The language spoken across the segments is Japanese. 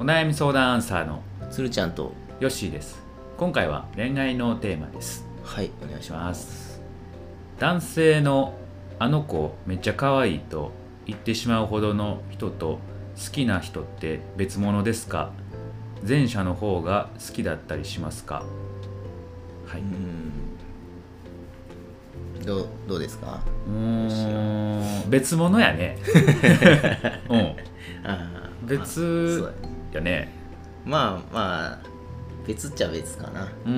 お悩み相談アンサーのつるちゃんとヨッシーです。今回は恋愛のテーマです。 はいお願いします。 男性のあの子めっちゃ可愛いと言ってしまうほどの人と好きな人って別物ですか？前者の方が好きだったりしますか？はい。 どうですか？ 別物やね。うん。 あ別やね。 まあ別っちゃ別かな。 うん。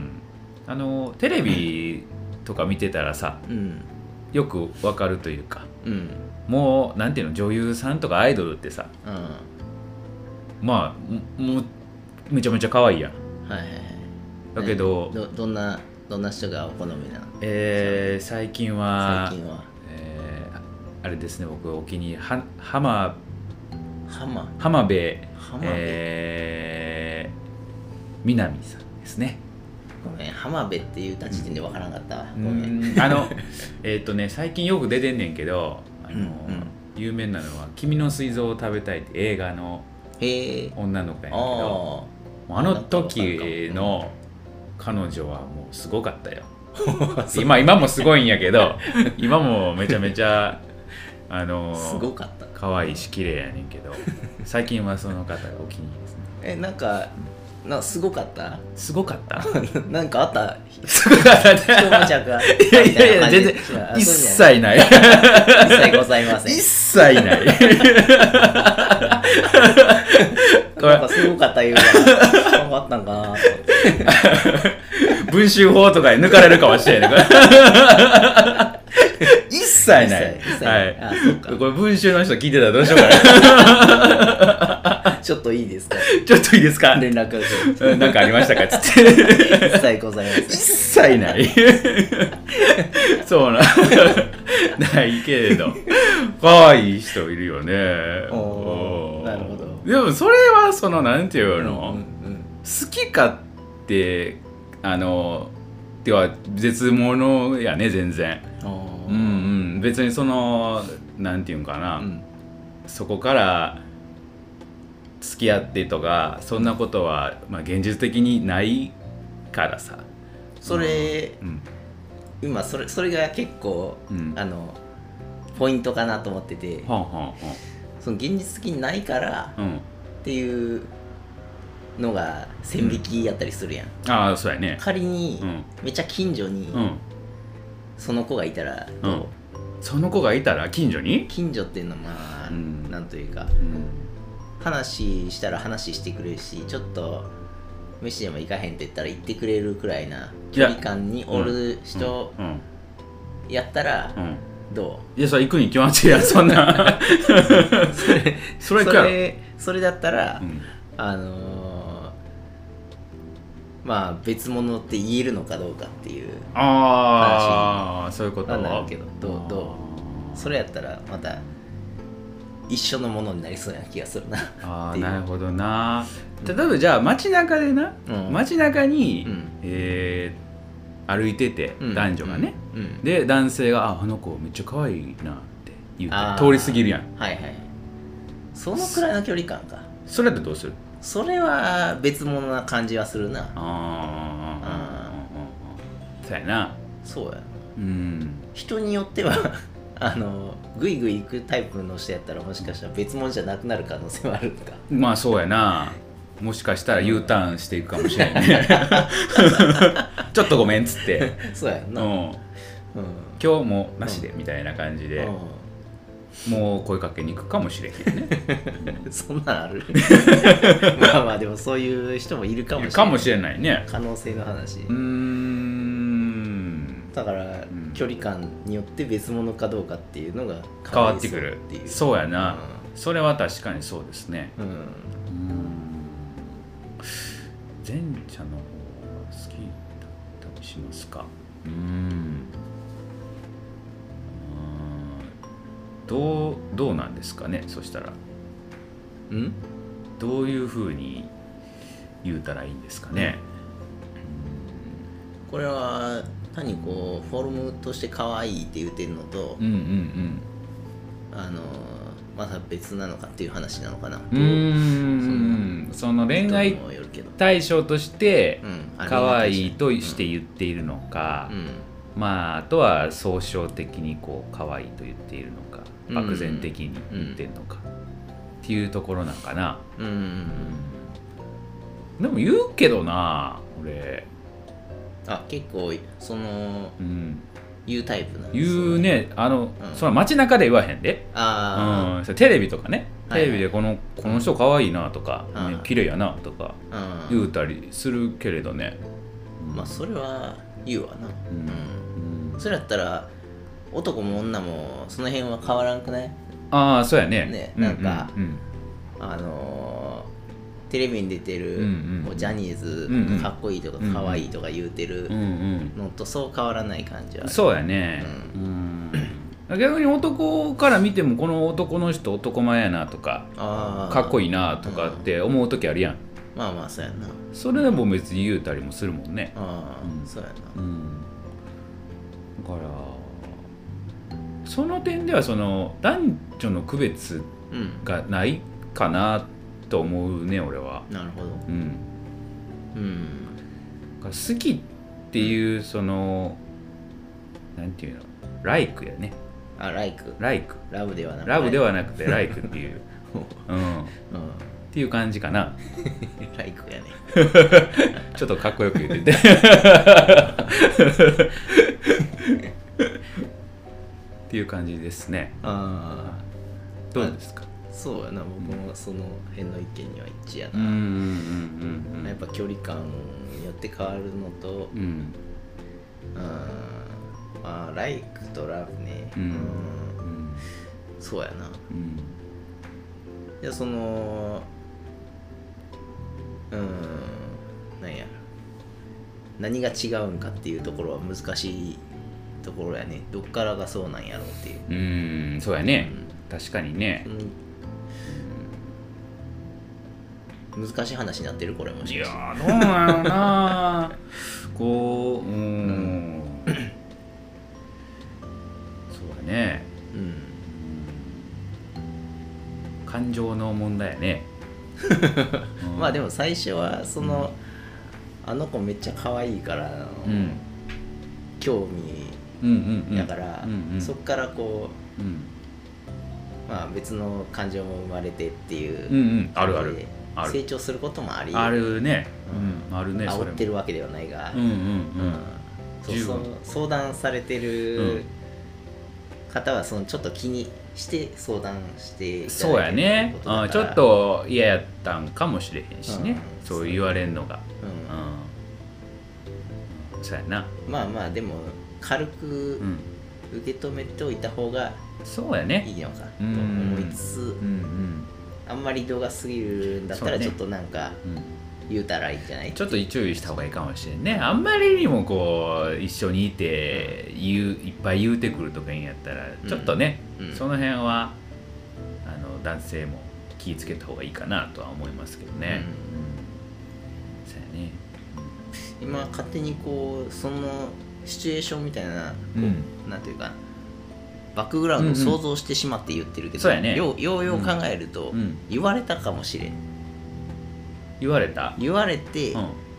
テレビとか見てたらさ、よくわかるというか、もうなんていうの、女優さんとかアイドルってさ、まあもうめちゃめちゃ可愛いやん。 はいはいはい。 だけど、 どんな人がお好みなの？ 最近はあれですね、僕お気に入り浜辺美波さんですね。 ごめん、浜辺っていう時点でわからなかったわ。ごめん。 最近よく出てんねんけど、有名なのは「君の膵臓を食べたい」って映画の女の子やねんけど、あの時の彼女はもうすごかったよ。今もすごいんやけど、今もめちゃめちゃすごかった。 可愛いし綺麗やねんけど、最近はその方がお気に入りですね。 なんかすごかった？ すごかったなんかあった？ すごかったね。 一悶着がいや全然一切ない。 一切ございません。 一切ない。 なんかすごかった言うから何かあったんかなと思って。 文集法とかに抜かれるかもしれない。一切ない。はい。これ文集の人聞いてたらどうしようかな。 ちょっといいですか？ ちょっといいですか？ 連絡をなんかありましたか？つって。 一切ございません。 一切ない。そうな。ないけれど、可愛い人いるよね。 なるほど。 でもそれはそのなんていうの、好きかってでは絶物やね、全然。別にそのなんていうんかな、そこから付き合ってとかそんなことは、現実的にないからさ。 今それが結構、ポイントかなと思ってて、その現実的にないからっていうのが線引きやったりするやん。 ああ、そうやね。 仮にめっちゃ近所にその子がいたらどう？ その子がいたら近所っていうのはなんというか、話したら話してくれるし、ちょっと飯でも行かへんって言ったら行ってくれるくらいな距離感におる人やったらどう？ いや、それ行くに決まってるやん、そんな。 それだったら、まあ別物って言えるのかどうかっていう話そういうことになるけど、どう？それやったらまた一緒のものになりそうな気がするな。 なるほどな。例えばじゃあ街中でな、街中に、歩いてて男女がね、で男性があの子めっちゃ可愛いなって言って通り過ぎるやん。 はいはい。そのくらいの距離感か。 それだってどうする？ それは別物な感じはするな。 そうやな。 そうや。人によってはグイグイ行くタイプの人やったらもしかしたら別物じゃなくなる可能性はあるんか。 まあそうやな。もしかしたら U ターンしていくかもしれないね。ちょっとごめんっつって。 そうやな。 今日もなしでみたいな感じで、もう声かけに行くかもしれへんね。 そんなんある？まあでもそういう人もいるかもしれないね。可能性の話。だから距離感によって別物かどうかっていうのが変わってくるっていう。そうやな。それは確かにそうですね。前者の方が好きだったりしますか？どうなんですかね。そしたらどういうふうに言うたらいいんですかね。 これは単にこうフォルムとして可愛いって言ってるのと、 また別なのかっていう話なのかな。 その恋愛対象として可愛いとして言っているのか、まああとは総称的にこう可愛いと言っているのか、漠然的に言ってるのかっていうところなんかな。でも言うけどな俺。 結構その、言うタイプなんです言うね。その街中で言わへんで。テレビとかね、テレビでこの人可愛いなとか、綺麗やなとか言うたりするけれどね。 まあそれは言うわな。それやったら男も女もその辺は変わらんくない？ そうやね。 なんかテレビに出てるジャニーズかっこいいとかかわいいとか言うてるのとそう変わらない感じはある。 そうやね。逆に男から見てもこの男の人男前やなとかかっこいいなとかって思う時あるやん。 まあまあそうやな。 それでも別に言うたりもするもんね。 そうやな。 だからその点ではその男女の区別がないかなと思うね俺は。 なるほど。 好きっていうそのなんていうのライクやね。ライクラブではなくてラブではなくてライクっていうっていう感じかな。 ライクやね。 ちょっとかっこよく言っててっていう感じですね。どうですか？ そうやな、僕もその辺の意見には一致やな。やっぱ距離感によって変わるのと、ライクとラブね。そうやな。じゃあその何が違うんかっていうところは難しいところやね。どっからがそうなんやろうっていう。 そうやね。確かにね。 難しい話になってるこれもしかして。 いやどうなのなこうそうだね。感情の問題やね。 まあでも最初はその、あの子めっちゃ可愛いから興味やから、そっからこう、まあ別の感情も生まれてっていうあるある成長することもありあるね。あるね。 煽ってるわけではないが、相談されてる方はそのちょっと気にして相談していただいてることだから。 そうやね。ちょっと嫌やったんかもしれへんしね。そう言われんのが。そうやな。 まあまあでも軽く受け止めておいた方がそうやね。 いいのかと思いつつ、あんまり度が過ぎるんだったらちょっとなんか言うたらいいんじゃない？ ちょっと注意した方がいいかもしれんね。あんまりにもこう一緒にいていっぱい言うてくるとかいいんやったらちょっとね、その辺は男性も気ぃつけた方がいいかなとは思いますけどね。そうやね。 今勝手にこうそのシチュエーションみたいな、なんていうかバックグラウンドを想像してしまって言ってるけど、 そうやね。 よう考えると、言われたかもしれん。 言われて、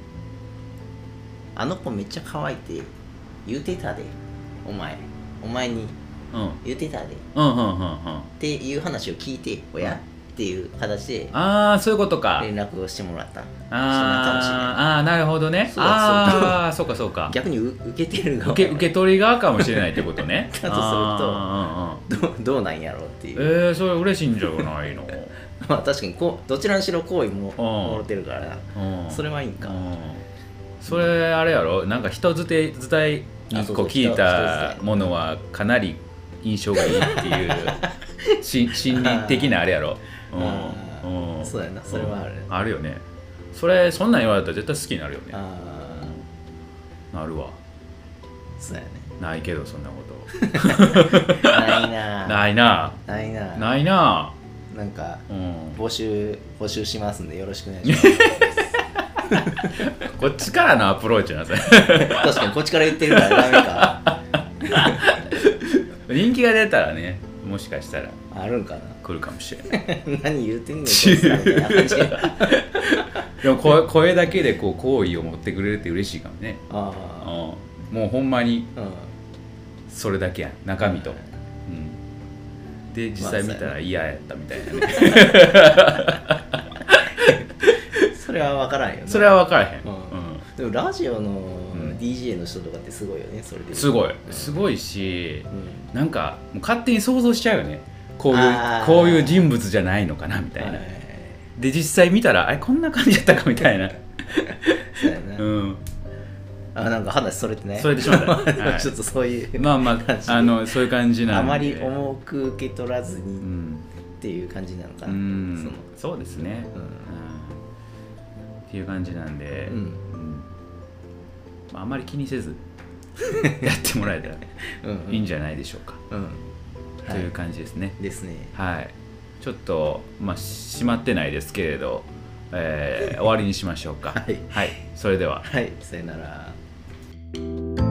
あの子めっちゃ可愛いって言うてたで、お前に言うてたで、っていう話を聞いて、おやっていう形でそういうことか連絡をしてもらった。 なるほどね。そうか。 逆に受けてる側、 受け取り側かもしれないってことね。 だとするとどうなんやろうっていう。 それ嬉しいんじゃないの？ まあ確かにどちらにしろ好意ももろてるからそれはいいんか。 それあれやろ、なんか人伝いにこう聞いたものはかなり印象がいいっていう心理的なあれやろ。 そうやな、それはある。 あるよね。そんなん言われたら絶対好きになるよね。なるわ。 そうやね。 ないけどそんなことないななんか、募集しますんでよろしくお願いしますこっちからのアプローチなんですね。確かにこっちから言ってるからダメか。 人気が出たらねもしかしたらあるんかな来るかもしれない何言うてんねんこいつらみたいな感じでも声だけでこう好意を持ってくれるって嬉しいかもね。 あもうほんまにあ、うんそれだけやん中身と、 はいで実際見たら嫌やったみたいなね、 それは分からんよね。 それは分からへん、 でもラジオのん DJ の人とかってすごいよね、それで。 すごいし、 うんなんかもう勝手に想像しちゃうよね、こあーういう人物じゃないのかなみたいな、 はいで実際見たらあれこんな感じだったかみたいなそうやな。なんか話それてね。 それでしまった、はいちょっとそういうまあま感じあそういう感じなんであまり重く受け取らずにうんっていう感じなのかな。 そうですね、っていう感じなんで、まあ、あまり気にせずやってもらえたらいいんじゃないでしょうか、という感じですね。 ですね。 はい、ちょっとまあ閉まってないですけれど、終わりにしましょうか。 はい、 それでは。 はい、さよなら。